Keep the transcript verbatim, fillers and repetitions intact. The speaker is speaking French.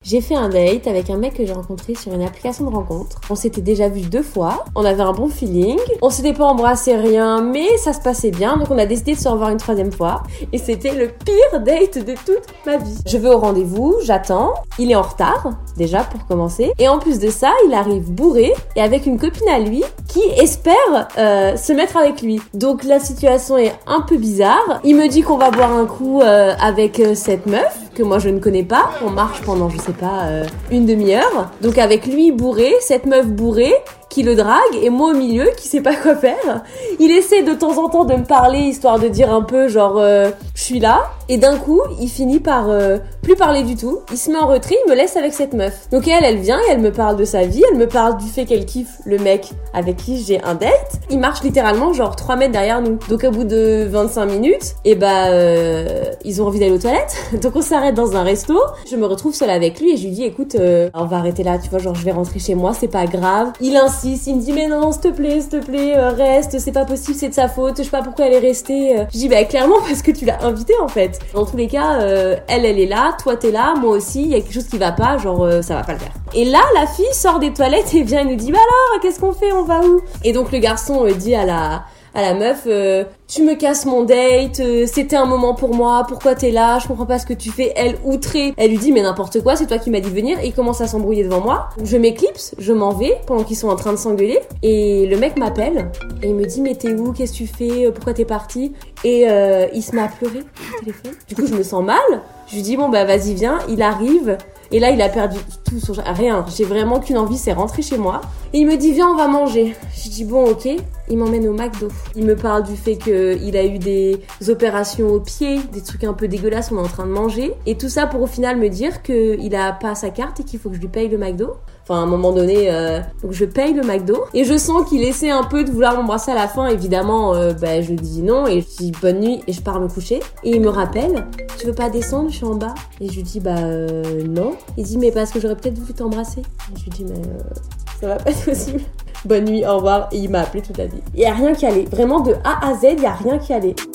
J'ai fait un date avec un mec que j'ai rencontré sur une application de rencontre. On s'était déjà vu deux fois, on avait un bon feeling, on s'était pas embrassé rien, mais ça se passait bien, donc on a décidé de se revoir une troisième fois. Et c'était le pire date de toute ma vie. Je vais au rendez-vous, j'attends, il est en retard, déjà pour commencer, et en plus de ça, il arrive bourré et avec une copine à lui qui espère euh, se mettre avec lui. Donc la situation est un peu bizarre. Il me dit qu'on va boire un coup euh, avec euh, cette meuf que moi je ne connais pas. On marche pendant, je sais pas, euh, une demi-heure. Donc avec lui bourré, cette meuf bourrée qui le drague et moi au milieu qui sait pas quoi faire. Il essaie de temps en temps de me parler histoire de dire un peu genre euh, je suis là, et d'un coup il finit par euh, plus parler du tout. Il se met en retrait, il me laisse avec cette meuf. Donc elle, elle vient et elle me parle de sa vie, elle me parle du fait qu'elle kiffe le mec avec qui j'ai un date. Il marche littéralement genre trois mètres derrière nous. Donc au bout de vingt-cinq minutes, et bah euh, ils ont envie d'aller aux toilettes. Donc on s'arrête dans un resto. Je me retrouve seule avec lui et je lui dis écoute, euh, on va arrêter là, tu vois, genre je vais rentrer chez moi, c'est pas grave. Il insiste. Il me dit mais non s'il te plaît, s'il te plaît, euh, reste, c'est pas possible, c'est de sa faute, je sais pas pourquoi elle est restée. Je dis bah clairement parce que tu l'as invitée en fait. Dans tous les cas, euh, elle elle est là, toi t'es là, moi aussi, il y a quelque chose qui va pas, genre euh, ça va pas le faire. Et là la fille sort des toilettes et vient et nous dit bah alors qu'est-ce qu'on fait, on va où? Et donc le garçon euh, dit à la à la meuf euh, tu me casses mon date, euh, c'était un moment pour moi, pourquoi t'es là, je comprends pas ce que tu fais. Elle outrée, elle lui dit mais n'importe quoi, c'est toi qui m'as dit de venir, et il commence à s'embrouiller devant moi. Je m'éclipse, je m'en vais pendant qu'ils sont en train de s'engueuler, et le mec m'appelle et il me dit mais t'es où, qu'est-ce que tu fais, pourquoi t'es parti, et euh, il se met à pleurer au téléphone. Du coup je me sens mal, je lui dis bon bah vas-y viens, il arrive. Et là, il a perdu tout son... Rien. J'ai vraiment qu'une envie, c'est rentrer chez moi. Et il me dit, viens, on va manger. Je dis, bon, ok. Il m'emmène au McDo. Il me parle du fait qu'il a eu des opérations au pied, des trucs un peu dégueulasses, on est en train de manger. Et tout ça pour au final me dire qu'il a pas sa carte et qu'il faut que je lui paye le McDo. Enfin, à un moment donné, euh... donc je paye le McDo. Et je sens qu'il essaie un peu de vouloir m'embrasser à la fin. Évidemment, euh, bah, je dis non et je dis bonne nuit et je pars me coucher. Et il me rappelle, tu veux pas descendre, je suis en bas. Et je lui dis, bah euh, non. Il dit, mais parce que j'aurais peut-être voulu t'embrasser. Et je lui dis, mais euh, ça va pas être possible. Bonne nuit, au revoir. Et il m'a appelé toute la nuit. Il y a rien qui allait. Vraiment, de A à Z, il y a rien qui allait.